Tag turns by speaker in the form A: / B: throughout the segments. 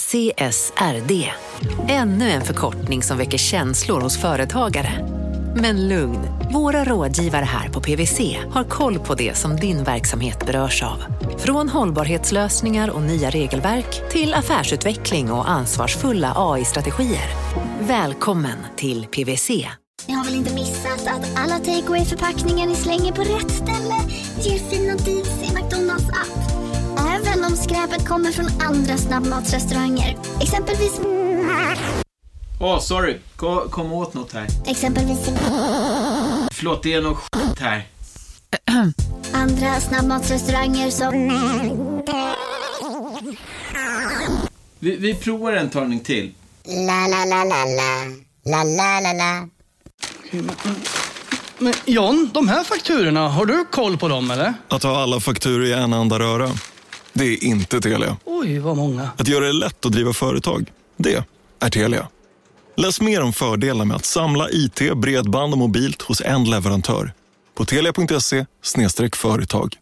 A: CSRD. Ännu en förkortning som väcker känslor hos företagare. Men lugn, våra rådgivare här på PwC har koll på det som din verksamhet berörs av. Från hållbarhetslösningar och nya regelverk till affärsutveckling och ansvarsfulla AI-strategier. Välkommen till PwC.
B: Ni har väl inte missat att alla takeaway-förpackningar ni slänger på rätt ställe ger fina deals i McDonalds app. Även om skräpet kommer från andra snabbmatsrestauranger. Exempelvis...
C: sorry. Kom åt något här.
B: Exempelvis...
C: Förlåt, det är något skit här.
B: Andra snabbmatsrestauranger som...
C: Vi provar en talning till.
B: La la la la la. La la la la.
D: Men John, de här fakturorna, har du koll på dem eller?
E: Att ha alla fakturor i en enda röra, det är inte Telia.
D: Oj, vad många.
E: Att göra det lätt att driva företag, det är Telia. Läs mer om fördelar med att samla IT, bredband och mobilt hos en leverantör på telia.se/företag.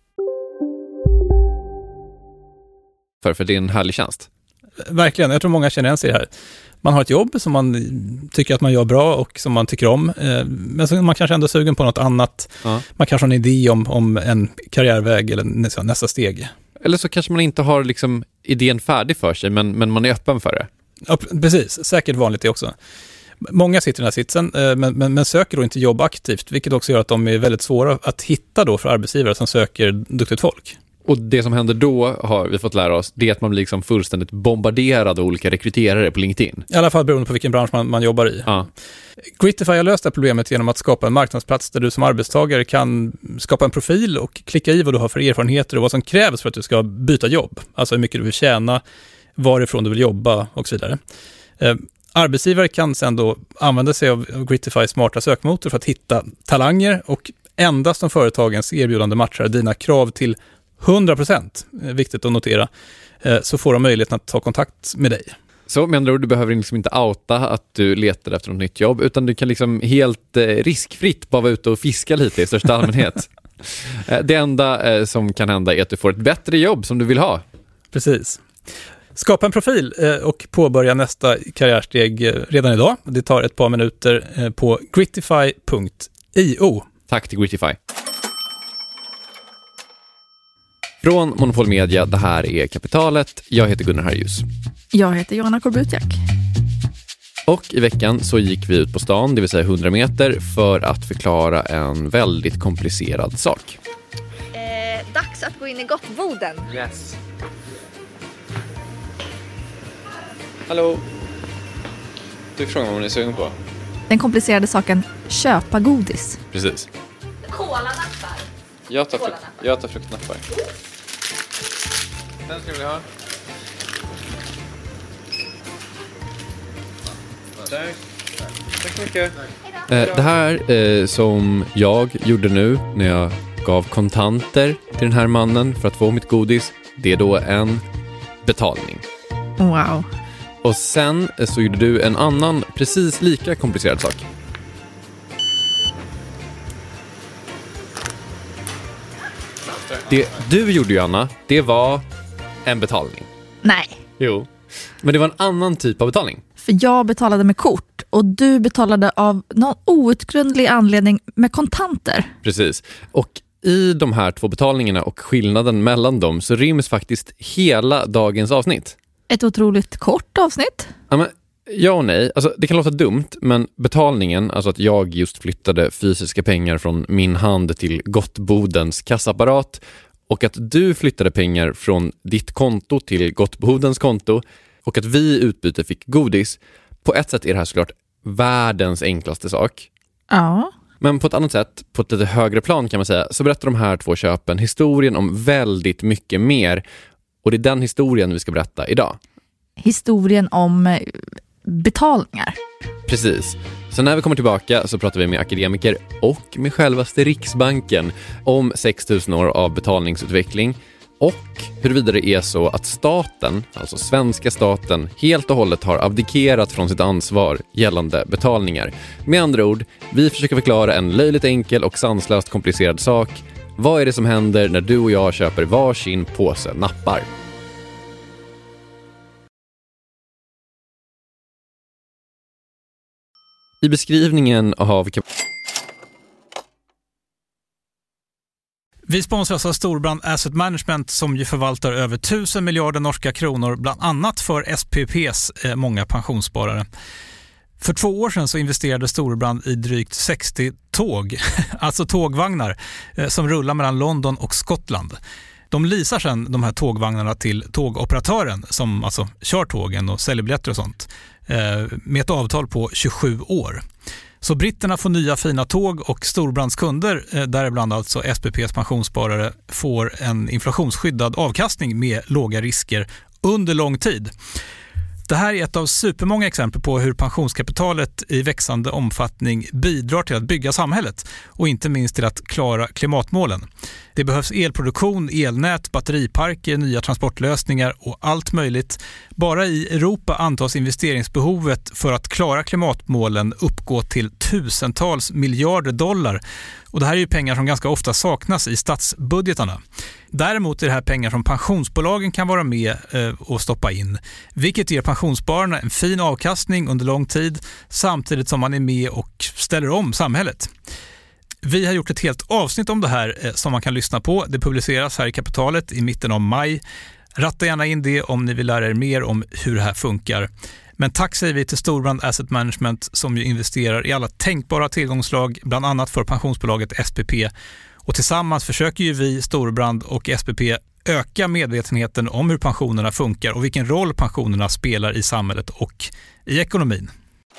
F: För det är en härlig tjänst.
G: Verkligen, jag tror många känner igen sig här. Man har ett jobb som man tycker att man gör bra och som man tycker om. Men så man kanske ändå är sugen på något annat. Ja. Man kanske har en idé om en karriärväg eller nästa steg.
F: Eller så kanske man inte har liksom idén färdig för sig, men man är öppen för det.
G: Ja, precis. Säkert vanligt det också. Många sitter i den här sitsen men söker då inte jobb aktivt, vilket också gör att de är väldigt svåra att hitta då för arbetsgivare som söker duktigt folk.
F: Och det som händer då, har vi fått lära oss, det är att man blir liksom fullständigt bombarderad av olika rekryterare på LinkedIn.
G: I alla fall beroende på vilken bransch man jobbar i.
F: Ja.
G: Gritify har löst det problemet genom att skapa en marknadsplats där du som arbetstagare kan skapa en profil och klicka i vad du har för erfarenheter och vad som krävs för att du ska byta jobb. Alltså hur mycket du vill tjäna, varifrån du vill jobba och så vidare. Arbetsgivare kan sedan då använda sig av Gritifys smarta sökmotor för att hitta talanger och endast om företagens erbjudande matchar dina krav till 100%, viktigt att notera, så får de möjligheten att ta kontakt med dig.
F: Så med andra ord, du behöver liksom inte outa att du letar efter något nytt jobb, utan du kan liksom helt riskfritt bara vara ute och fiska lite i största allmänhet. Det enda som kan hända är att du får ett bättre jobb som du vill ha.
G: Precis. Skapa en profil och påbörja nästa karriärsteg redan idag. Det tar ett par minuter på gritify.io.
F: Tack till Gritify. Från Monopol Media, det här är Kapitalet. Jag heter Gunnar Harjus.
H: Jag heter Johanna Korbutiak.
F: Och i veckan så gick vi ut på stan, det vill säga 100 meter, för att förklara en väldigt komplicerad sak.
I: Dags att gå in i Gottboden.
F: Yes. Hallå. Du frågar vad man är sugen på.
H: Den komplicerade saken, köpa godis.
F: Precis.
I: Kolanappar.
F: Jag tar fruktnappar. Den ska vi ha. Tack så mycket. Det här som jag gjorde nu när jag gav kontanter till den här mannen för att få mitt godis, det är då en betalning.
H: Wow.
F: Och sen så gjorde du en annan precis lika komplicerad sak. Det du gjorde, Johanna, det var en betalning.
H: Nej.
F: Jo. Men det var en annan typ av betalning.
H: För jag betalade med kort och du betalade av någon outgrundlig anledning med kontanter.
F: Precis. Och i de här två betalningarna och skillnaden mellan dem så ryms faktiskt hela dagens avsnitt.
H: Ett otroligt kort avsnitt.
F: Ja, men ja och nej. Alltså, det kan låta dumt, men betalningen, alltså att jag just flyttade fysiska pengar från min hand till Gottbodens kassaapparat och att du flyttade pengar från ditt konto till Gottbodens konto och att vi i utbyte fick godis. På ett sätt är det här såklart världens enklaste sak.
H: Ja.
F: Men på ett annat sätt, på ett lite högre plan kan man säga, så berättar de här två köpen historien om väldigt mycket mer. Och det är den historien vi ska berätta idag. Historien om betalningar. Precis. Så när vi kommer tillbaka så pratar vi med akademiker och med självaste Riksbanken om 6000 år av betalningsutveckling och huruvida det är så att staten, alltså svenska staten, helt och hållet har abdikerat från sitt ansvar gällande betalningar. Med andra ord, vi försöker förklara en löjligt enkel och sanslöst komplicerad sak. Vad är det som händer när du och jag köper varsin påse nappar? I beskrivningen av...
G: Vi sponsras av Storebrand Asset Management som ju förvaltar över 1000 miljarder norska kronor, bland annat för SPPs många pensionssparare. För 2 år sedan så investerade Storebrand i drygt 60 tåg, alltså tågvagnar, som rullar mellan London och Skottland. De leasar sedan de här tågvagnarna till tågoperatören som alltså kör tågen och säljer biljetter och sånt med ett avtal på 27 år. Så britterna får nya fina tåg och Storebrands kunder, däribland alltså SPPs pensionssparare, får en inflationsskyddad avkastning med låga risker under lång tid. Det här är ett av supermånga exempel på hur pensionskapitalet i växande omfattning bidrar till att bygga samhället och inte minst till att klara klimatmålen. Det behövs elproduktion, elnät, batteriparker, nya transportlösningar och allt möjligt. Bara i Europa antas investeringsbehovet för att klara klimatmålen uppgå till tusentals miljarder dollar. Och det här är ju pengar som ganska ofta saknas i statsbudgetarna. Däremot är det här pengar som pensionsbolagen kan vara med och stoppa in, vilket ger pensionsspararna en fin avkastning under lång tid samtidigt som man är med och ställer om samhället. Vi har gjort ett helt avsnitt om det här som man kan lyssna på. Det publiceras här i Kapitalet i mitten av maj. Ratta gärna in det om ni vill lära er mer om hur det här funkar. Men tack säger vi till Storebrand Asset Management som ju investerar i alla tänkbara tillgångslag, bland annat för pensionsbolaget SPP. Och tillsammans försöker ju vi, Storebrand och SPP, öka medvetenheten om hur pensionerna funkar och vilken roll pensionerna spelar i samhället och i ekonomin.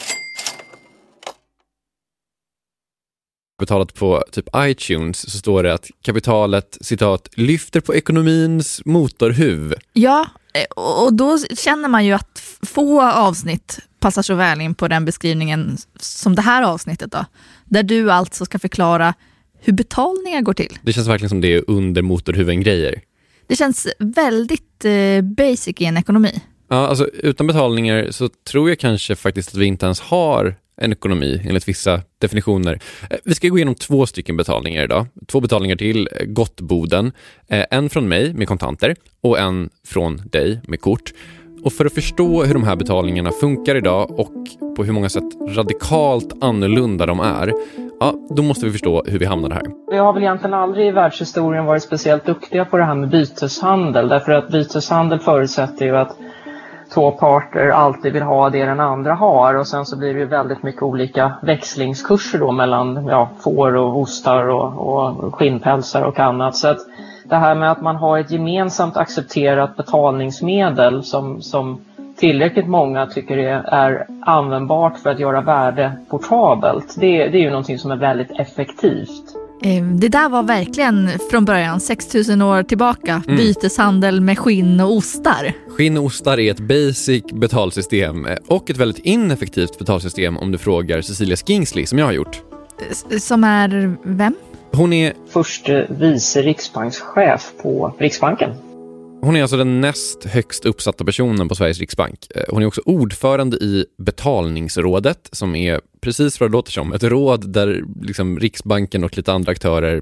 F: Betalat på typ iTunes så står det att kapitalet, citat, lyfter på ekonomins motorhuv.
H: Ja, och då känner man ju att få avsnitt passar så väl in på den beskrivningen som det här avsnittet då. Där du alltså ska förklara hur betalningar går till. Det
F: känns verkligen som det är under motorhuven-grejer.
H: Det känns väldigt basic i en ekonomi.
F: Ja, alltså utan betalningar så tror jag kanske faktiskt att vi inte ens har en ekonomi enligt vissa definitioner. Vi ska gå igenom 2 stycken betalningar idag. 2 betalningar till Gottboden. En från mig med kontanter och en från dig med kort. Och för att förstå hur de här betalningarna funkar idag och på hur många sätt radikalt annorlunda de är, ja, då måste vi förstå hur vi hamnar här.
J: Vi har väl egentligen aldrig i världshistorien varit speciellt duktiga på det här med byteshandel. Därför att byteshandel förutsätter ju att 2 parter alltid vill ha det den andra har. Och sen så blir det ju väldigt mycket olika växlingskurser då mellan får och ostar och skinnpälsar och annat. Så att det här med att man har ett gemensamt accepterat betalningsmedel som tillräckligt många tycker är användbart för att göra värde portabelt. Det är ju någonting som är väldigt effektivt.
H: Det där var verkligen från början 6000 år tillbaka. Byteshandel med skinn och ostar.
F: Skinn och ostar är ett basic betalsystem och ett väldigt ineffektivt betalsystem om du frågar Cecilia Skingsley som jag har gjort.
H: Som är vem?
F: Hon är
J: förste vice riksbankschef på Riksbanken.
F: Hon är alltså den näst högst uppsatta personen på Sveriges riksbank. Hon är också ordförande i betalningsrådet som är precis vad det låter som. Ett råd där liksom Riksbanken och lite andra aktörer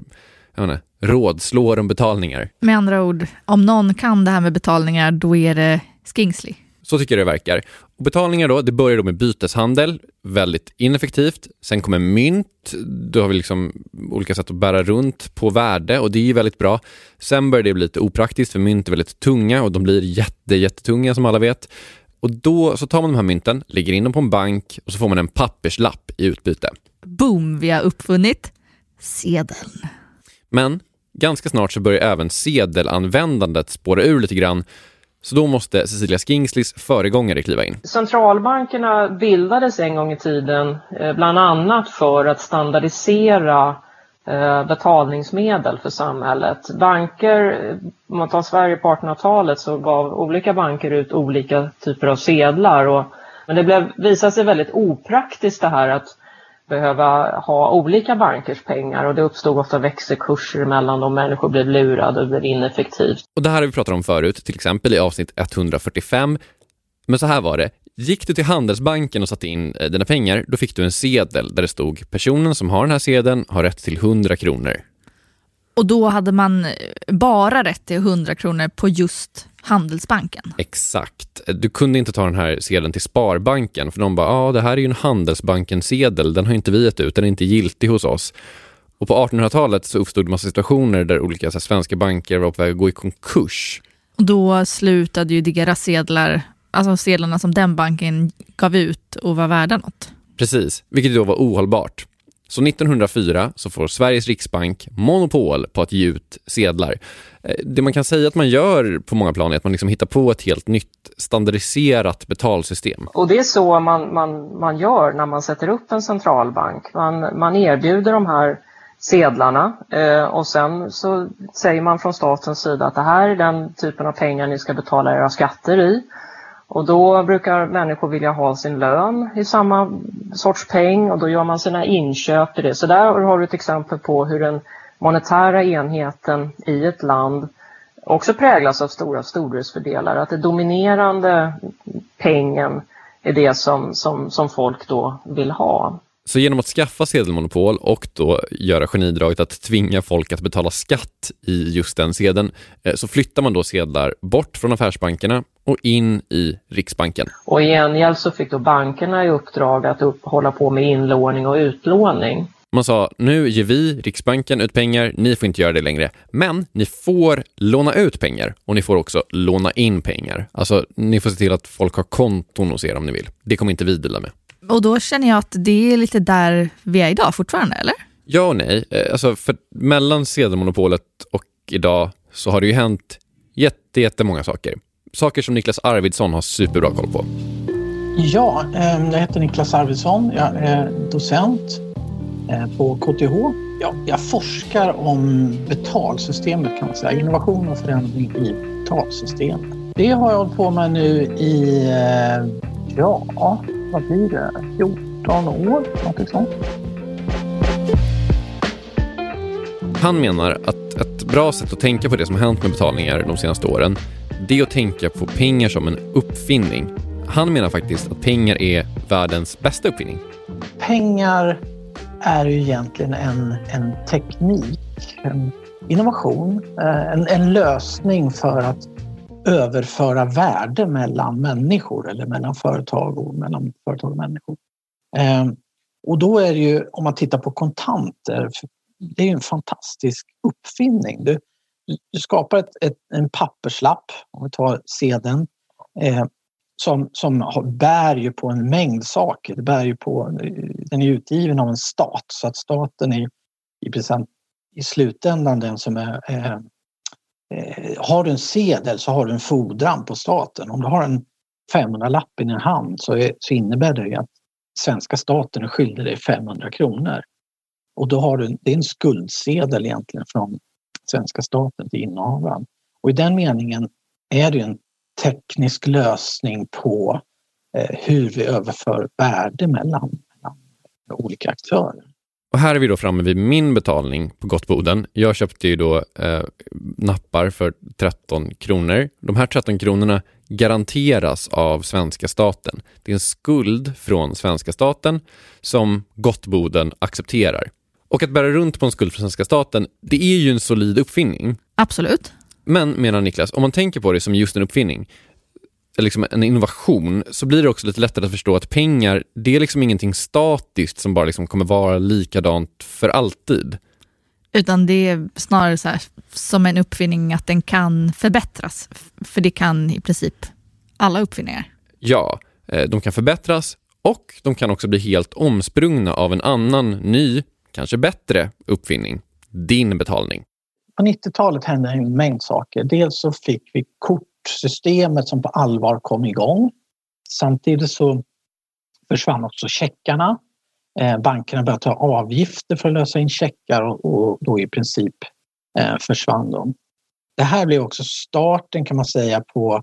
F: rådslår om betalningar.
H: Med andra ord, om någon kan det här med betalningar då är det Skingsley.
F: Så tycker jag det verkar. Och betalningar då, det börjar då med byteshandel, väldigt ineffektivt. Sen kommer mynt, då har vi liksom olika sätt att bära runt på värde och det är ju väldigt bra. Sen börjar det bli lite opraktiskt för mynt är väldigt tunga och de blir jättetunga som alla vet. Och då så tar man de här mynten, lägger in dem på en bank och så får man en papperslapp i utbyte.
H: Boom, vi har uppfunnit sedeln.
F: Men ganska snart så börjar även sedelanvändandet spåra ur lite grann. Så då måste Cecilia Skingsleys föregångare kliva in.
J: Centralbankerna bildades en gång i tiden bland annat för att standardisera betalningsmedel för samhället. Banker, om man tar Sverige på 1800-talet så gav olika banker ut olika typer av sedlar. Men det visade sig väldigt opraktiskt det här att behöva ha olika bankers pengar och det uppstod ofta växelkurser mellan de människor blev lurade och blev ineffektivt.
F: Och det här har vi pratat om förut, till exempel i avsnitt 145. Men så här var det. Gick du till Handelsbanken och satte in dina pengar, då fick du en sedel där det stod personen som har den här sedeln har rätt till 100 kronor.
H: Och då hade man bara rätt till 100 kronor på just Handelsbanken.
F: Exakt. Du kunde inte ta den här sedeln till Sparbanken för de bara, det här är ju en Handelsbanken-sedel, den har inte vi gett ut, den är inte giltig hos oss. Och på 1800-talet så uppstod en massa situationer där olika svenska banker var på väg att gå i konkurs.
H: Och då slutade ju deras sedlar, alltså sedlarna som den banken gav ut och var värda något.
F: Precis, vilket då var ohållbart. Så 1904 så får Sveriges riksbank monopol på att ge ut sedlar. Det man kan säga att man gör på många plan är att man liksom hittar på ett helt nytt standardiserat betalsystem.
J: Och det är så man gör när man sätter upp en centralbank. Man erbjuder de här sedlarna och sen så säger man från statens sida att det här är den typen av pengar ni ska betala era skatter i. Och då brukar människor vilja ha sin lön i samma sorts peng och då gör man sina inköp i det. Så där har du ett exempel på hur den monetära enheten i ett land också präglas av stora stordriftsfördelar. Att det dominerande pengen är det som folk då vill ha.
F: Så genom att skaffa sedelmonopol och då göra genidraget att tvinga folk att betala skatt i just den sedeln så flyttar man då sedlar bort från affärsbankerna och in i Riksbanken.
J: Och i gengäld så fick då bankerna i uppdrag att hålla på med inlåning och utlåning.
F: Man sa, nu ger vi Riksbanken ut pengar, ni får inte göra det längre. Men ni får låna ut pengar och ni får också låna in pengar. Alltså ni får se till att folk har konton hos er om ni vill. Det kommer inte vi dela med. Och
H: då känner jag att det är lite där vi är idag fortfarande, eller?
F: Ja och nej. Alltså för mellan sedelmonopolet och idag så har det ju hänt jättemånga saker. Saker som Niklas Arvidsson har superbra koll på.
K: Ja, jag heter Niklas Arvidsson. Jag är docent på KTH. Ja, jag forskar om betalsystemet kan man säga. Innovation och förändring i betalsystemet. Det har jag hållit på med nu i, vad blir det? 14 år, något sånt.
F: Han menar att ett bra sätt att tänka på det som har hänt med betalningar de senaste åren, det är att tänka på pengar som en uppfinning. Han menar faktiskt att pengar är världens bästa uppfinning.
K: Pengar är ju egentligen en teknik, en innovation, en lösning för att överföra värde mellan människor eller mellan företag och människor. Och då är det ju, om man tittar på kontanter, det är ju en fantastisk uppfinning. Du skapar en papperslapp, om vi tar sedeln, som bär ju på en mängd saker. Det bär ju på, den är utgiven av en stat, så att staten är i slutändan den som är har du en sedel så har du en fordran på staten. Om du har en 500-lapp i din hand så innebär det att svenska staten är skyldig dig 500 kronor. Och då har det är en skuldsedel egentligen från svenska staten till innehavaren. Och i den meningen är det en teknisk lösning på hur vi överför värde mellan olika aktörer.
F: Och här är vi då framme vid min betalning på Gottboden. Jag köpte ju då nappar för 13 kronor. De här 13 kronorna garanteras av svenska staten. Det är en skuld från svenska staten som Gottboden accepterar. Och att bära runt på en skuld från svenska staten, det är ju en solid uppfinning.
H: Absolut.
F: Men, menar Niklas, om man tänker på det som just en uppfinning, eller liksom en innovation, så blir det också lite lättare att förstå att pengar, det är liksom ingenting statiskt som bara liksom kommer vara likadant för alltid.
H: Utan det är snarare så här, som en uppfinning att den kan förbättras. För det kan i princip alla uppfinningar.
F: Ja, de kan förbättras och de kan också bli helt omsprungna av en annan, ny, kanske bättre uppfinning. Din betalning.
K: På 90-talet hände en mängd saker. Dels så fick vi kortsystemet som på allvar kom igång. Samtidigt så försvann också checkarna. Bankerna började ta avgifter för att lösa in checkar och då i princip försvann de. Det här blev också starten kan man säga på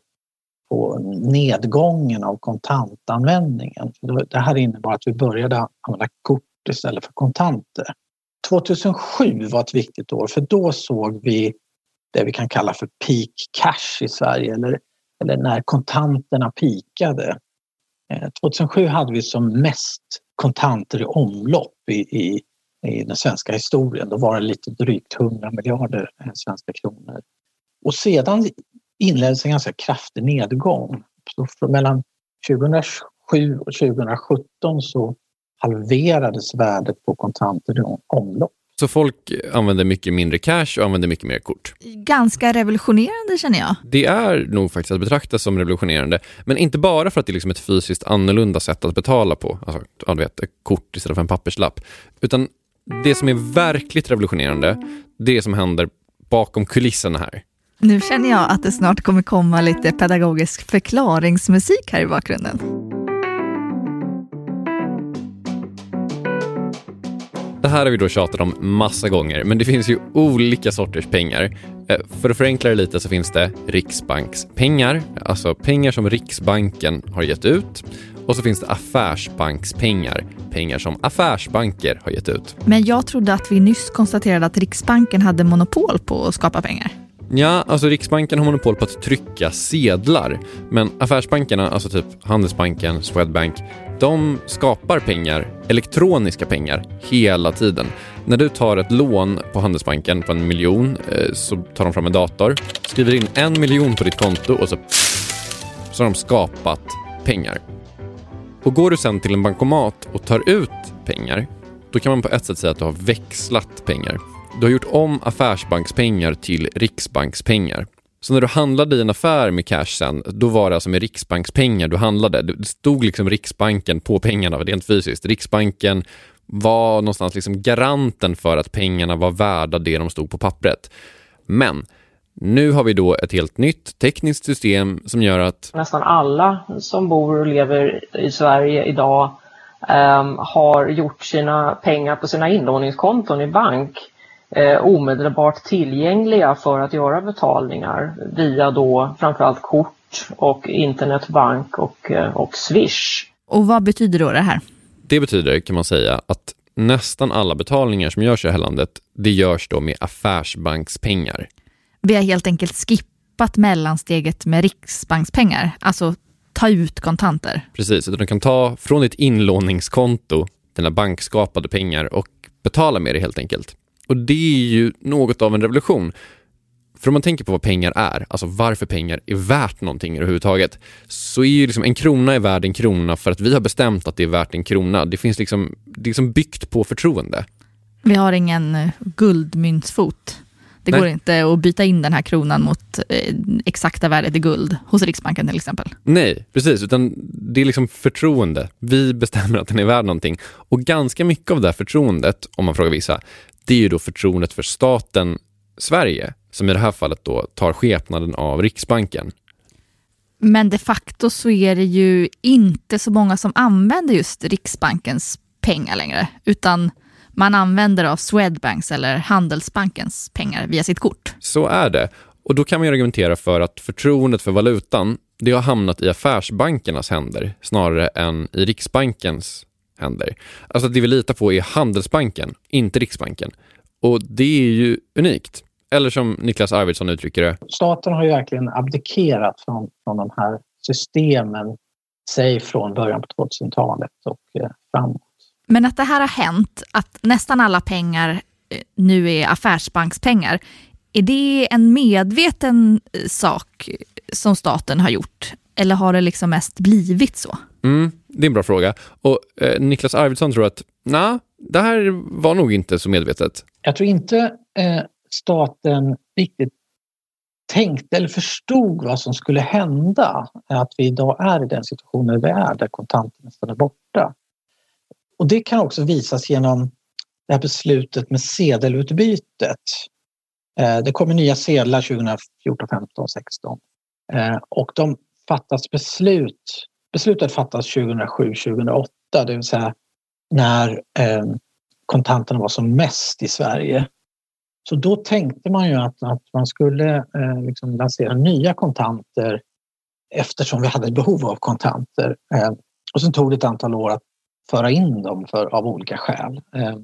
K: nedgången av kontantanvändningen. Det här innebar att vi började använda kort istället för kontanter. 2007 var ett viktigt år för då såg vi det vi kan kalla för peak cash i Sverige eller när kontanterna peakade. 2007 hade vi som mest kontanter i omlopp i den svenska historien. Då var det lite drygt 100 miljarder svenska kronor. Och sedan inleddes en ganska kraftig nedgång. Så mellan 2007 och 2017 så halverades värdet på kontanter i omlopp.
F: Så folk använder mycket mindre cash och använder mycket mer kort.
H: Ganska revolutionerande känner jag.
F: Det är nog faktiskt att betrakta som revolutionerande. Men inte bara för att det är liksom ett fysiskt annorlunda sätt att betala på. Alltså, du vet, ett kort istället för en papperslapp. Utan det som är verkligt revolutionerande, det som händer bakom kulisserna här.
H: Nu känner jag att det snart kommer komma lite pedagogisk förklaringsmusik här i bakgrunden.
F: Det här har vi då tjatat om massa gånger, men det finns ju olika sorters pengar. För att förenkla det lite så finns det riksbankspengar, alltså pengar som Riksbanken har gett ut. Och så finns det affärsbankspengar, pengar som affärsbanker har gett ut.
H: Men jag trodde att vi nyss konstaterade att Riksbanken hade monopol på att skapa pengar.
F: Ja, alltså Riksbanken har monopol på att trycka sedlar. Men affärsbankerna, alltså typ Handelsbanken, Swedbank, de skapar pengar, elektroniska pengar, hela tiden. När du tar ett lån på Handelsbanken på 1 miljon så tar de fram en dator, skriver in 1 miljon på ditt konto och så har de skapat pengar. Och går du sen till en bankomat och tar ut pengar, då kan man på ett sätt säga att du har växlat pengar. Du har gjort om affärsbankspengar till riksbankspengar. Så när du handlade i en affär med cash sen, då var det alltså med riksbankspengar du handlade. Det stod liksom Riksbanken på pengarna, rent fysiskt. Riksbanken var någonstans liksom garanten för att pengarna var värda det de stod på pappret. Men nu har vi då ett helt nytt tekniskt system som gör att
J: nästan alla som bor och lever i Sverige idag har gjort sina pengar på sina inlåningskonton i bank omedelbart tillgängliga för att göra betalningar via då framförallt kort och internetbank och Swish.
H: Och vad betyder då det här?
F: Det betyder, kan man säga, att nästan alla betalningar som görs i det här landet, det görs då med affärsbankspengar. Vi
H: har helt enkelt skippat mellansteget med riksbankspengar, alltså ta ut kontanter.
F: Precis, så du kan ta från ditt inlåningskonto dina bankskapade pengar och betala med det helt enkelt. Och det är ju något av en revolution. För om man tänker på vad pengar är, alltså varför pengar är värt någonting överhuvudtaget, så är ju liksom en krona är värd en krona för att vi har bestämt att det är värt en krona. Det finns liksom, det är liksom byggt på förtroende.
H: Vi har ingen guldmyntsfot. Det går inte att byta in den här kronan mot exakta värdet i guld hos Riksbanken till exempel.
F: Nej, precis. Utan det är liksom förtroende. Vi bestämmer att den är värd någonting. Och ganska mycket av det här förtroendet, om man frågar vissa, det är ju då förtroendet för staten Sverige, som i det här fallet då tar skepnaden av Riksbanken.
H: Men de facto så är det ju inte så många som använder just Riksbankens pengar längre, utan man använder av Swedbanks eller Handelsbankens pengar via sitt kort.
F: Så är det. Och då kan man ju argumentera för att förtroendet för valutan, det har hamnat i affärsbankernas händer snarare än i Riksbankens händer. Alltså det vi litar på är Handelsbanken, inte Riksbanken. Och det är ju unikt. Eller som Niklas Arvidsson uttrycker det.
K: Staten har ju verkligen abdikerat från de här systemen, säg från början på 2000-talet och framåt.
H: Men att det här har hänt, att nästan alla pengar nu är affärsbankspengar, är det en medveten sak som staten har gjort? Eller har det liksom mest blivit så?
F: Det är en bra fråga. Och Niklas Arvidsson tror att det här var nog inte så medvetet.
K: Jag tror inte staten riktigt tänkte eller förstod vad som skulle hända. Att vi idag är i den situationen vi är, där kontanterna nästan är borta. Och det kan också visas genom det här beslutet med sedelutbytet. Det kommer nya sedlar 2014, 15, 16. Och de fattas beslutet fattas 2007, 2008. Det vill säga när kontanterna var som mest i Sverige. Så då tänkte man ju att man skulle liksom lansera nya kontanter eftersom vi hade behov av kontanter. Och sen tog det ett antal år att föra in dem av olika skäl.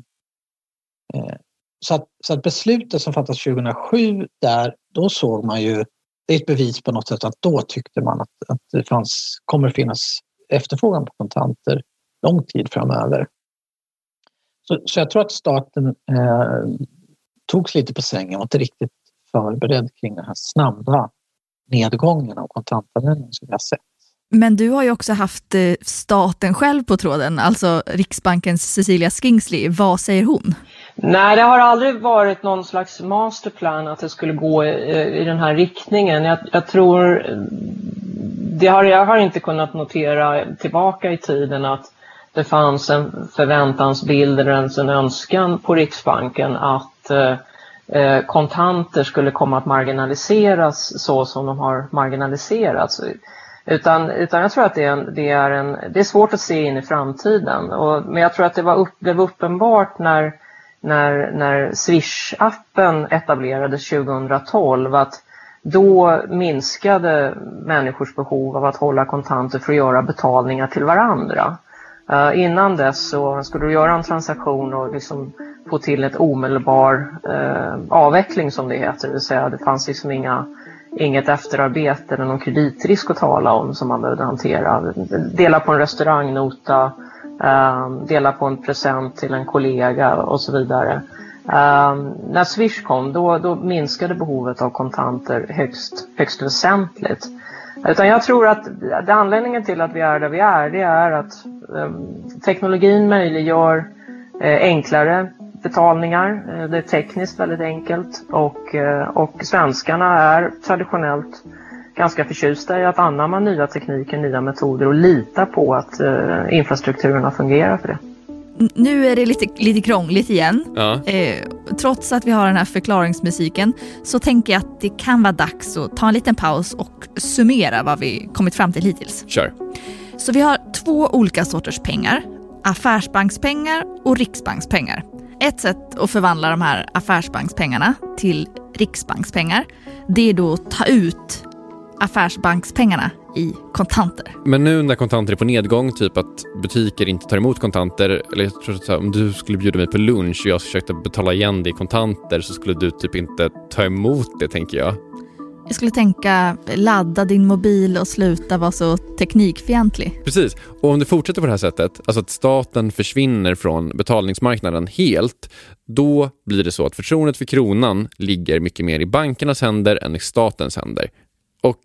K: Så att beslutet som fattas 2007 då såg man ju, det är ett bevis på något sätt att då tyckte man att det kommer finnas efterfrågan på kontanter lång tid framöver. Så jag tror att staten togs lite på sängen och inte riktigt förberedd kring den här snabba nedgången av kontantanvändning som vi har sett.
H: Men du har ju också haft staten själv på tråden, alltså Riksbankens Cecilia Skingsley. Vad säger hon?
J: Nej, det har aldrig varit någon slags masterplan att det skulle gå i den här riktningen. Jag tror, jag har inte kunnat notera tillbaka i tiden att det fanns en förväntansbild eller ens en önskan på Riksbanken att kontanter skulle komma att marginaliseras så som de har marginaliserats. Utan jag tror att det är svårt att se in i framtiden. Men jag tror att det blev uppenbart när Swish-appen etablerades 2012 att då minskade människors behov av att hålla kontanter för att göra betalningar till varandra. Innan dess så skulle du göra en transaktion och liksom få till ett omedelbar avveckling som det heter. Det vill säga det fanns liksom inget efterarbete eller någon kreditrisk att tala om som man behövde hantera. Dela på en restaurangnota, dela på en present till en kollega och så vidare. När Swish kom då minskade behovet av kontanter högst väsentligt. Utan jag tror att anledningen till att vi är där vi är, det är att teknologin möjliggör enklare betalningar. Det är tekniskt väldigt enkelt och svenskarna är traditionellt ganska förtjusta i att anamma nya tekniker, nya metoder och lita på att infrastrukturerna fungerar för det.
H: Nu är det lite krångligt igen.
F: Ja.
H: Trots att vi har den här förklaringsmusiken så tänker jag att det kan vara dags att ta en liten paus och summera vad vi kommit fram till hittills.
F: Kör.
H: Så vi har 2 olika sorters pengar. Affärsbankspengar och riksbankspengar. Ett sätt att förvandla de här affärsbankspengarna till riksbankspengar, det är då att ta ut affärsbankspengarna i kontanter.
F: Men nu när kontanter är på nedgång, typ att butiker inte tar emot kontanter, eller jag tror att om du skulle bjuda mig på lunch och jag försökte betala igen det i kontanter så skulle du typ inte ta emot det, tänker jag.
H: Jag skulle tänka, ladda din mobil och sluta vara så teknikfientlig.
F: Precis, och om det fortsätter på det här sättet, alltså att staten försvinner från betalningsmarknaden helt, då blir det så att förtroendet för kronan ligger mycket mer i bankernas händer än i statens händer. Och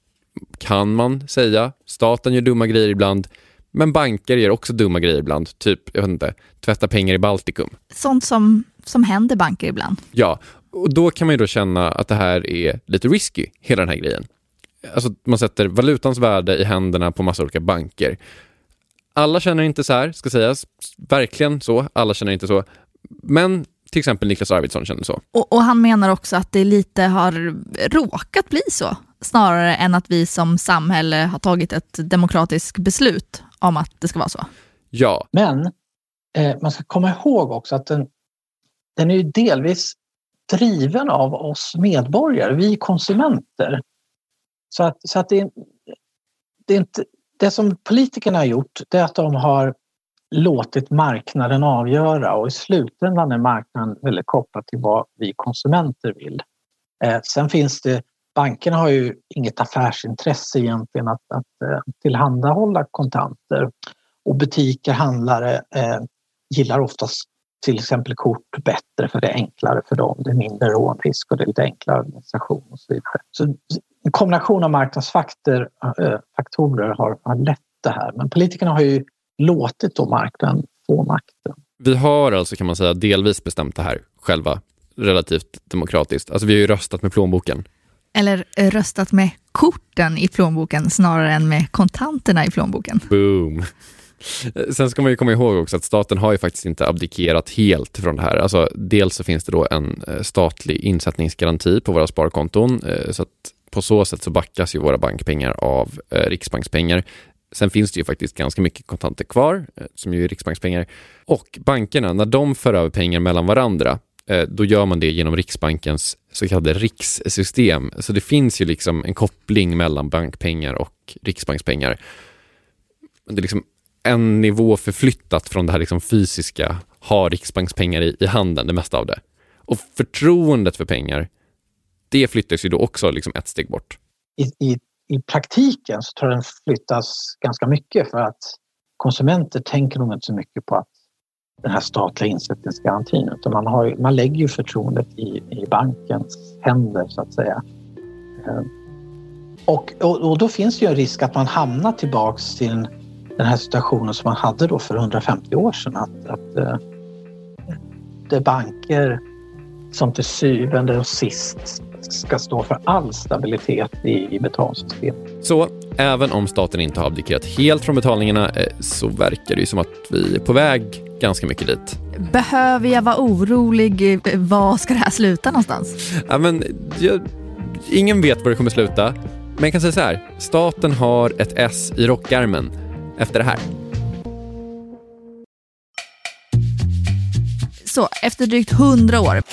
F: kan man säga, staten gör dumma grejer ibland, men banker gör också dumma grejer ibland. Typ, jag vet inte, tvätta pengar i Baltikum.
H: Sånt som händer banker ibland.
F: Ja, och då kan man ju då känna att det här är lite risky, hela den här grejen. Alltså man sätter valutans värde i händerna på massa olika banker. Alla känner inte så här, ska sägas. Verkligen så, alla känner inte så. Men till exempel Niklas Arvidsson känner så.
H: Och han menar också att det lite har råkat bli så. Snarare än att vi som samhälle har tagit ett demokratiskt beslut om att det ska vara så.
F: Ja.
K: Men man ska komma ihåg också att den är ju delvis driven av oss medborgare, vi konsumenter. Så att det är inte, det som politikerna har gjort, det är att de har låtit marknaden avgöra, och i slutändan är marknaden väldigt kopplad till vad vi konsumenter vill. Sen finns det, bankerna har ju inget affärsintresse egentligen att tillhandahålla kontanter, och butiker, handlare gillar oftast till exempel kort bättre för det är enklare för dem, det är mindre rånrisk och det är lite enklare administration och så vidare. Så en kombination av marknadsfaktorer har lett det här, men politikerna har ju låtit då marknaden få makten.
F: Vi har alltså, kan man säga, delvis bestämt det här själva, relativt demokratiskt. Alltså vi har ju röstat med plånboken.
H: Eller röstat med korten i plånboken snarare än med kontanterna i plånboken.
F: Boom! Sen ska man ju komma ihåg också att staten har ju faktiskt inte abdikerat helt från det här. Alltså dels så finns det då en statlig insättningsgaranti på våra sparkonton, så att på så sätt så backas ju våra bankpengar av riksbankspengar. Sen finns det ju faktiskt ganska mycket kontanter kvar, som ju är riksbankspengar. Och bankerna, när de för över pengar mellan varandra, då gör man det genom Riksbankens så kallade rikssystem. Så det finns ju liksom en koppling mellan bankpengar och riksbankspengar. Det är liksom en nivå förflyttat från det här liksom fysiska, ha riksbankspengar i handen, det mesta av det. Och förtroendet för pengar, det flyttas ju då också liksom ett steg bort.
K: I praktiken så tror jag den flyttas ganska mycket, för att konsumenter tänker nog inte så mycket på att den här statliga insättningsgarantin, utan man lägger ju förtroendet i bankens händer så att säga. Och då finns det ju en risk att man hamnar tillbaks till den här situationen som man hade då för 150 år sedan. Att det är banker som till syvende och sist ska stå för all stabilitet i betalsystemet.
F: Så även om staten inte har abdikerat helt från betalningarna så verkar det ju som att vi är på väg ganska mycket dit.
H: Behöver jag vara orolig? Var ska det här sluta någonstans?
F: Ja, men ingen vet var det kommer sluta. Men jag kan säga så här, staten har ett S i rockärmen efter det här.
H: Så, efter drygt 100 år.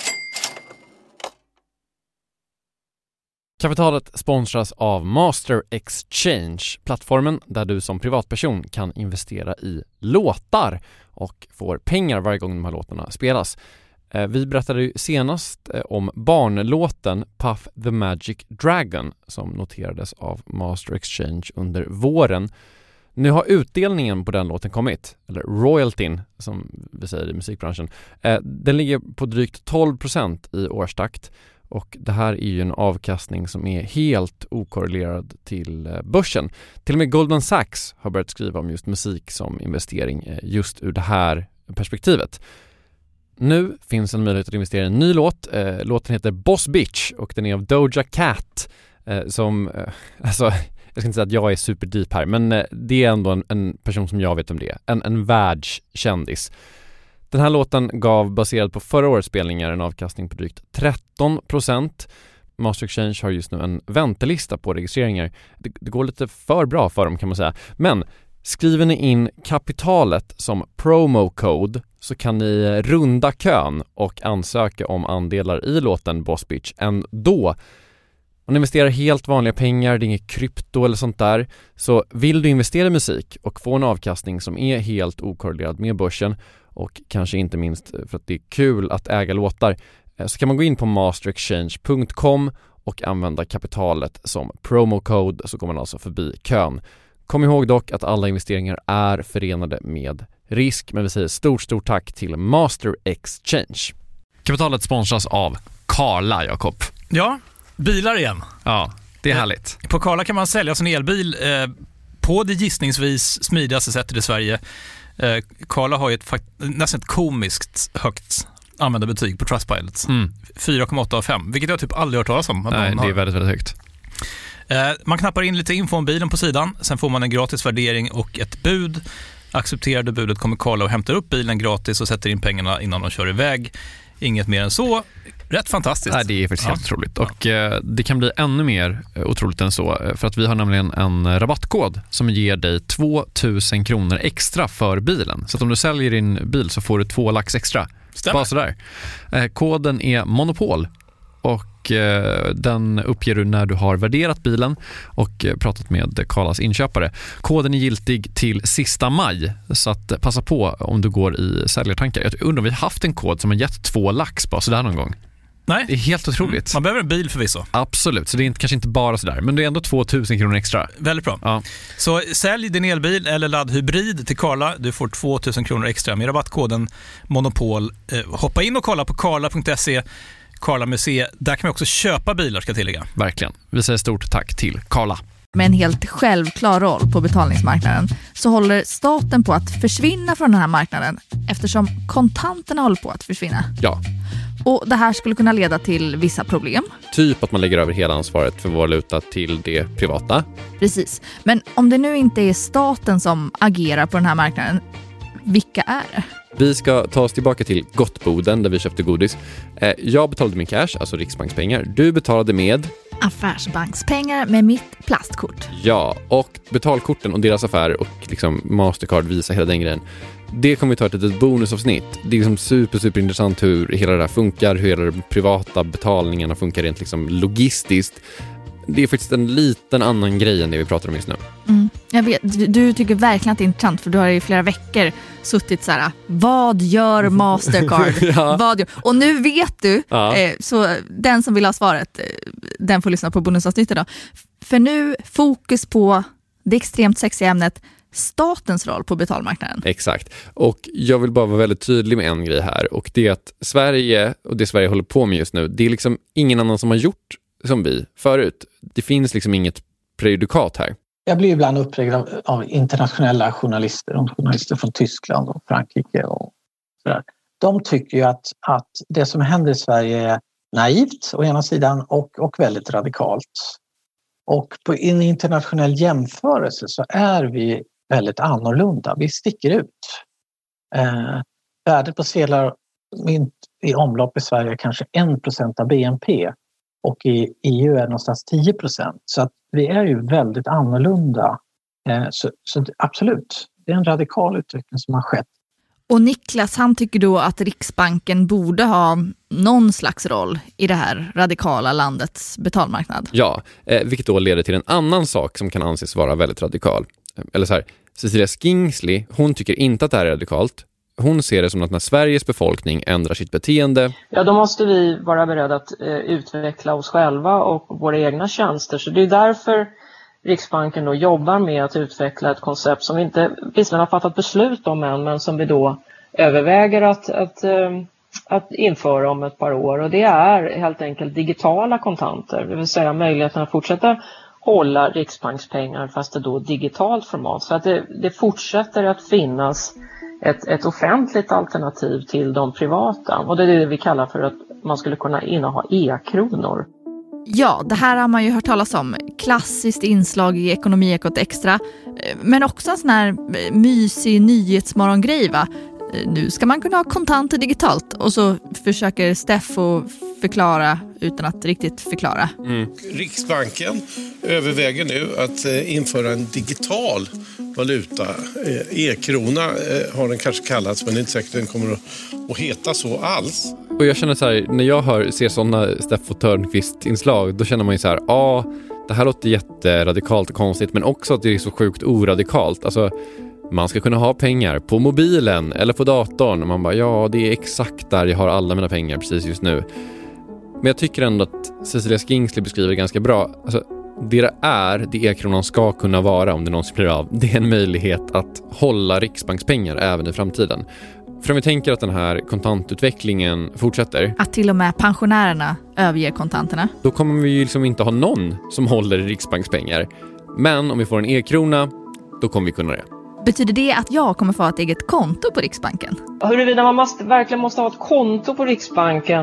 F: Kapitalet sponsras av Master Exchange, plattformen där du som privatperson kan investera i låtar och får pengar varje gång de här låtarna spelas. Vi berättade ju senast om barnlåten Puff the Magic Dragon som noterades av Master Exchange under våren. Nu har utdelningen på den låten kommit, eller royaltyn som vi säger i musikbranschen. Den ligger på drygt 12% i årstakt. Och det här är ju en avkastning som är helt okorrelerad till börsen. Till och med Goldman Sachs har börjat skriva om just musik som investering just ur det här perspektivet. Nu finns en möjlighet att investera i en ny låt. Låten heter Boss Bitch och den är av Doja Cat som, alltså jag ska inte säga att jag är super deep här, men det är ändå en person som jag vet om det är. En världskändis. Den här låten gav, baserad på förra årets spelningar, en avkastning på drygt 13%. Master Exchange har just nu en väntelista på registreringar. Det går lite för bra för dem kan man säga. Men skriver ni in kapitalet som promo code så kan ni runda kön och ansöka om andelar i låten Boss Bitch ändå. Om ni investerar helt vanliga pengar, det är inget krypto eller sånt där, så vill du investera i musik och få en avkastning som är helt okorrelerad med börsen och kanske inte minst för att det är kul att äga låtar, så kan man gå in på masterexchange.com och använda kapitalet som promocode, så går man alltså förbi kön. Kom ihåg dock att alla investeringar är förenade med risk, men vi säger stort tack till Master Exchange. Kapitalet sponsras av Carla, Jakob.
G: Ja, bilar igen.
F: Ja, det är härligt.
G: På Carla kan man sälja sin elbil på det gissningsvis smidigaste sättet i Sverige. Carla har ju nästan ett komiskt högt användarbetyg på Trustpilot. 4,8 av 5, vilket jag typ aldrig hört talas om.
F: Nej, det är väldigt, väldigt högt.
G: Man knappar in lite info om bilen på sidan. Sen får man en gratis värdering och ett bud. Accepterar du budet kommer Carla och hämtar upp bilen gratis och sätter in pengarna innan de kör iväg. Inget mer än så. Rätt fantastiskt.
F: Nej, det är faktiskt helt otroligt. Och det kan bli ännu mer otroligt än så. För att vi har nämligen en rabattkod som ger dig 2000 kronor extra för bilen. Så att om du säljer din bil så får du 2 lax extra.
G: Stämmer.
F: Bara sådär. Koden är Monopol. Och den uppger du när du har värderat bilen och pratat med Carlas inköpare. Koden är giltig till sista maj, så att passa på om du går i säljartankar. Jag undrar om vi har haft en kod som har gett 2 lax bara sådär någon gång.
G: Nej.
F: Det är helt otroligt.
G: Man behöver en bil förvisso.
F: Absolut, så det är kanske inte bara sådär, men det är ändå 2000 kronor extra.
G: Väldigt bra.
F: Ja.
G: Så sälj din elbil eller laddhybrid till Carla. Du får 2000 kronor extra med rabattkoden Monopol. Hoppa in och kolla på carla.se. Carla Museet, där kan man också köpa bilar, ska tillägga.
F: Verkligen. Vi säger stort tack till Carla.
H: Med en helt självklar roll på betalningsmarknaden så håller staten på att försvinna från den här marknaden eftersom kontanterna håller på att försvinna.
F: Ja.
H: Och det här skulle kunna leda till vissa problem.
F: Typ att man lägger över hela ansvaret för valuta till det privata.
H: Precis. Men om det nu inte är staten som agerar på den här marknaden, vilka är det?
F: Vi ska ta oss tillbaka till Gottboden där vi köpte godis. Jag betalade med cash, alltså riksbankspengar. Du betalade med
H: affärsbankspengar med mitt plastkort.
F: Ja, och betalkorten och deras affär och liksom Mastercard, Visa, hela den grejen. Det kommer vi ta ett litet bonusavsnitt. Det är liksom super intressant hur hela det här funkar, hur hela de privata betalningarna funkar rent liksom logistiskt. Det är faktiskt en liten annan grej än det vi pratar om just nu.
H: Jag vet, du tycker verkligen att det är intressant för du har i flera veckor suttit så här: vad gör Mastercard?
F: Ja.
H: Vad gör? Och nu vet du, så den som vill ha svaret, den får lyssna på bonusavsnittet då. För nu fokus på det extremt sexiga ämnet statens roll på betalmarknaden.
F: Exakt. Och jag vill bara vara väldigt tydlig med en grej här, och det är att Sverige och det Sverige håller på med just nu, det är liksom ingen annan som har gjort som vi förut. Det finns liksom inget prejudikat här?
K: Jag blir ibland uppräggd av internationella journalister från Tyskland och Frankrike och sådär. De tycker ju att det som händer i Sverige är naivt å ena sidan och väldigt radikalt. Och på en internationell jämförelse så är vi väldigt annorlunda. Vi sticker ut. Värdet på sedlar mynt i omlopp i Sverige är kanske 1% av BNP och i EU är någonstans 10%. Så att vi är ju väldigt annorlunda. Så absolut, det är en radikal utveckling som har skett.
H: Och Niklas, han tycker då att Riksbanken borde ha någon slags roll i det här radikala landets betalmarknad.
F: Ja, vilket då leder till en annan sak som kan anses vara väldigt radikal. Eller så här, Cecilia Skingsley, hon tycker inte att det här är radikalt. Hon ser det som att när Sveriges befolkning ändrar sitt beteende...
J: Ja, då måste vi vara beredda att utveckla oss själva och våra egna tjänster. Så det är därför Riksbanken då jobbar med att utveckla ett koncept som vi inte visserligen har fattat beslut om än, men som vi då överväger att införa om ett par år. Och det är helt enkelt digitala kontanter, det vill säga möjligheten att fortsätta hålla riksbankspengar fast det då digitalt format. Så att det fortsätter att finnas ett offentligt alternativ till de privata. Och det är det vi kallar för att man skulle kunna inneha e-kronor.
H: Ja, det här har man ju hört talas om. Klassiskt inslag i Ekonomiekot Extra. Men också en sån här mysig nyhetsmorgongrej, va? Nu ska man kunna ha kontanter digitalt. Och så försöker Steffo förklara utan att riktigt förklara.
L: Riksbanken överväger nu att införa en digital valuta. E-krona har den kanske kallats, men det är inte säkert att den kommer att heta så alls.
F: Och jag känner så här, när jag ser sådana Steffo Törnqvist-inslag, då känner man ju så här, det här låter jätteradikalt och konstigt, men också att det är så sjukt oradikalt. Alltså, man ska kunna ha pengar på mobilen eller på datorn. Och man bara, ja, det är exakt där jag har alla mina pengar precis just nu. Men jag tycker ändå att Cecilia Skingsley beskriver det ganska bra. Alltså, det e-kronan ska kunna vara, om det någonsin blir av, det är en möjlighet att hålla riksbankspengar även i framtiden. För om vi tänker att den här kontantutvecklingen fortsätter,
H: att till och med pensionärerna överger kontanterna,
F: då kommer vi ju liksom inte ha någon som håller riksbankspengar. Men om vi får en e-krona, då kommer vi kunna det.
H: Betyder det att jag kommer få ett eget konto på Riksbanken?
J: Huruvida man verkligen måste ha ett konto på Riksbanken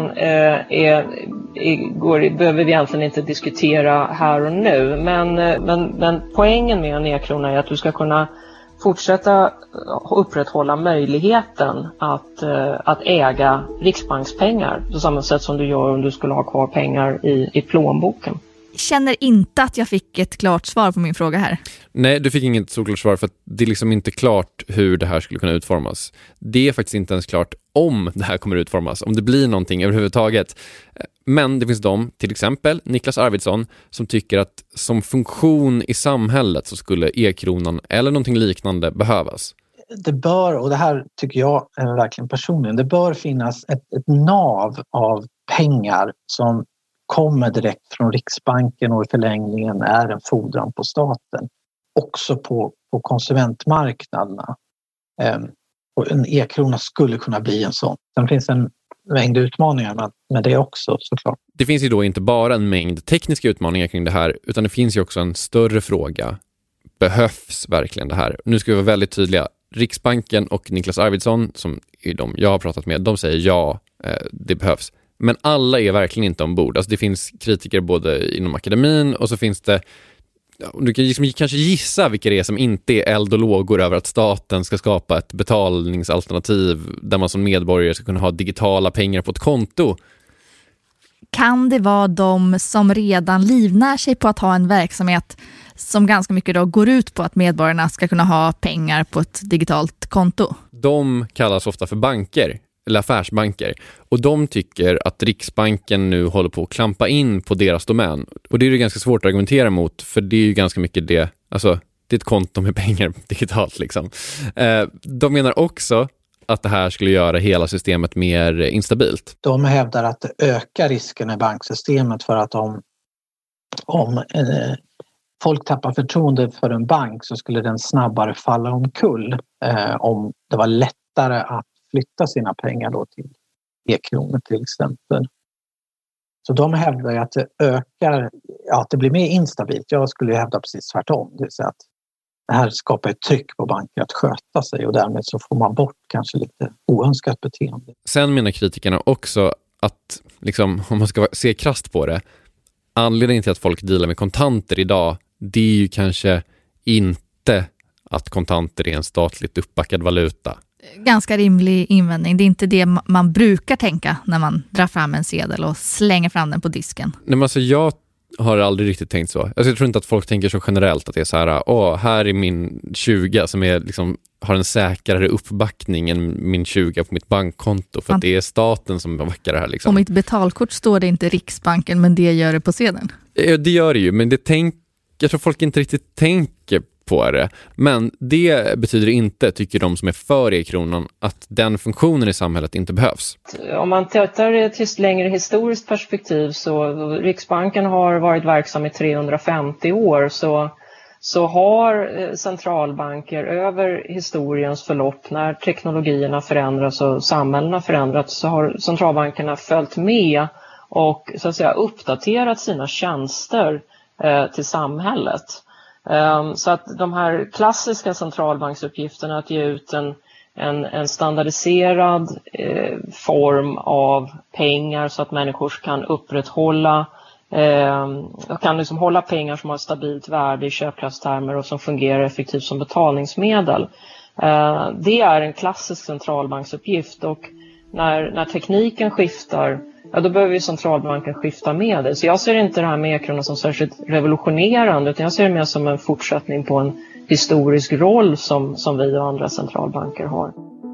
J: behöver vi egentligen inte diskutera här och nu. Men poängen med en e-krona är att du ska kunna fortsätta upprätthålla möjligheten att äga riksbankspengar på samma sätt som du gör om du skulle ha kvar pengar i plånboken.
H: Känner inte att jag fick ett klart svar på min fråga här.
F: Nej, du fick inget så klart svar för att det är liksom inte klart hur det här skulle kunna utformas. Det är faktiskt inte ens klart om det här kommer utformas, om det blir någonting överhuvudtaget. Men det finns till exempel Niklas Arvidsson, som tycker att som funktion i samhället så skulle e-kronan eller någonting liknande behövas.
K: Det bör, och det här tycker jag verkligen personligen, det bör finnas ett nav av pengar som kommer direkt från Riksbanken och i förlängningen är en fordran på staten. Också på konsumentmarknaderna. Och en e-krona skulle kunna bli en sån. Sen finns en mängd utmaningar med det också, såklart.
F: Det finns ju då inte bara en mängd tekniska utmaningar kring det här, utan det finns ju också en större fråga. Behövs verkligen det här? Nu ska vi vara väldigt tydliga. Riksbanken och Niklas Arvidsson, som är de jag har pratat med, de säger ja, det behövs. Men alla är verkligen inte ombord. Alltså det finns kritiker både inom akademin och så finns det, du kan liksom kanske gissa vilka det är som inte är eld och lågor över att staten ska skapa ett betalningsalternativ där man som medborgare ska kunna ha digitala pengar på ett konto.
H: Kan det vara de som redan livnär sig på att ha en verksamhet som ganska mycket då går ut på att medborgarna ska kunna ha pengar på ett digitalt konto?
F: De kallas ofta för banker eller affärsbanker. Och de tycker att Riksbanken nu håller på att klampa in på deras domän. Och det är ju ganska svårt att argumentera mot, för det är ju ganska mycket det, alltså det är ett konto med pengar digitalt liksom. De menar också att det här skulle göra hela systemet mer instabilt.
K: De hävdar att det ökar risken i banksystemet för att om folk tappar förtroende för en bank så skulle den snabbare falla omkull om det var lättare att flytta sina pengar då till e-kronor till exempel. Så de hävdar att det ökar att det blir mer instabilt. Jag skulle hävda precis tvärtom. Det vill säga att det här skapar ett tryck på banker att sköta sig och därmed så får man bort kanske lite oönskat beteende.
F: Sen menar kritikerna också att liksom, om man ska se krasst på det, anledningen till att folk dealar med kontanter idag, det är ju kanske inte att kontanter är en statligt uppbackad valuta.
H: Ganska rimlig invändning. Det är inte det man brukar tänka när man drar fram en sedel och slänger fram den på disken.
F: Nej, men alltså jag har aldrig riktigt tänkt så. Alltså jag tror inte att folk tänker så generellt att det är så här, här är min 20 som är liksom, har en säkrare uppbackning än min 20 på mitt bankkonto för att det är staten som backar det här. Liksom.
H: På mitt betalkort står det inte Riksbanken, men det gör det på sedeln.
F: Det gör det ju, men jag tror folk inte riktigt tänker på det. Men det betyder inte, tycker de som är för e-kronan, att den funktionen i samhället inte behövs.
J: Om man tittar till ett längre historiskt perspektiv så Riksbanken har varit verksam i 350 år så har centralbanker över historiens förlopp, när teknologierna förändras och samhällena förändras, så har centralbankerna följt med och så att säga uppdaterat sina tjänster till samhället. Så att de här klassiska centralbanksuppgifterna att ge ut en standardiserad form av pengar så att människor kan upprätthålla kan liksom hålla pengar som har ett stabilt värde i köpkraftstermer och som fungerar effektivt som betalningsmedel. Det är en klassisk centralbanksuppgift, och när tekniken skiftar, då behöver ju centralbanken skifta med det. Så jag ser inte det här med e-kronan som särskilt revolutionerande, utan jag ser det mer som en fortsättning på en historisk roll som vi och andra centralbanker har.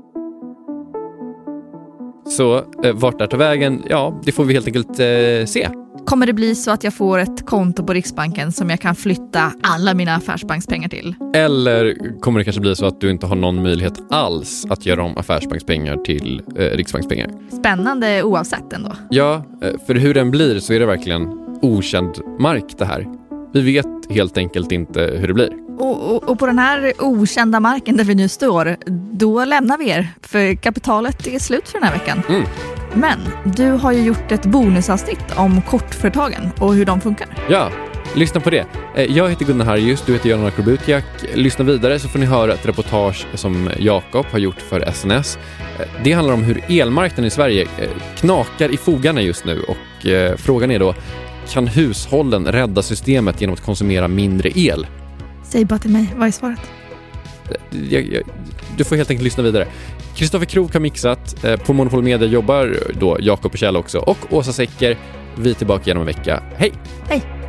F: Så vart det tar vägen, det får vi helt enkelt se.
H: Kommer det bli så att jag får ett konto på Riksbanken som jag kan flytta alla mina affärsbankspengar till?
F: Eller kommer det kanske bli så att du inte har någon möjlighet alls att göra om affärsbankspengar till riksbankspengar? Spännande
H: oavsett ändå.
F: Ja, för hur den blir så är det verkligen okänd mark det här. Vi vet helt enkelt inte hur det blir.
H: Och på den här okända marken där vi nu står, då lämnar vi er. För kapitalet är slut för den här veckan.
F: Mm.
H: Men du har ju gjort ett bonusavsnitt om kortföretagen och hur de funkar.
F: Ja, lyssna på det. Jag heter Gunnar Harjus, du heter Jan Akrobutiak. Lyssna vidare så får ni höra ett reportage som Jakob har gjort för SNS. Det handlar om hur elmarknaden i Sverige knakar i fogarna just nu. Och frågan är då, kan hushållen rädda systemet genom att konsumera mindre el?
H: Säg bara till mig, vad är svaret?
F: Du får helt enkelt lyssna vidare. Kristoffer Krook har mixat. På Monopol Media jobbar då Jakob och Kjell också. Och Åsa Secker. Vi är tillbaka igen om en vecka. Hej!
H: Hej!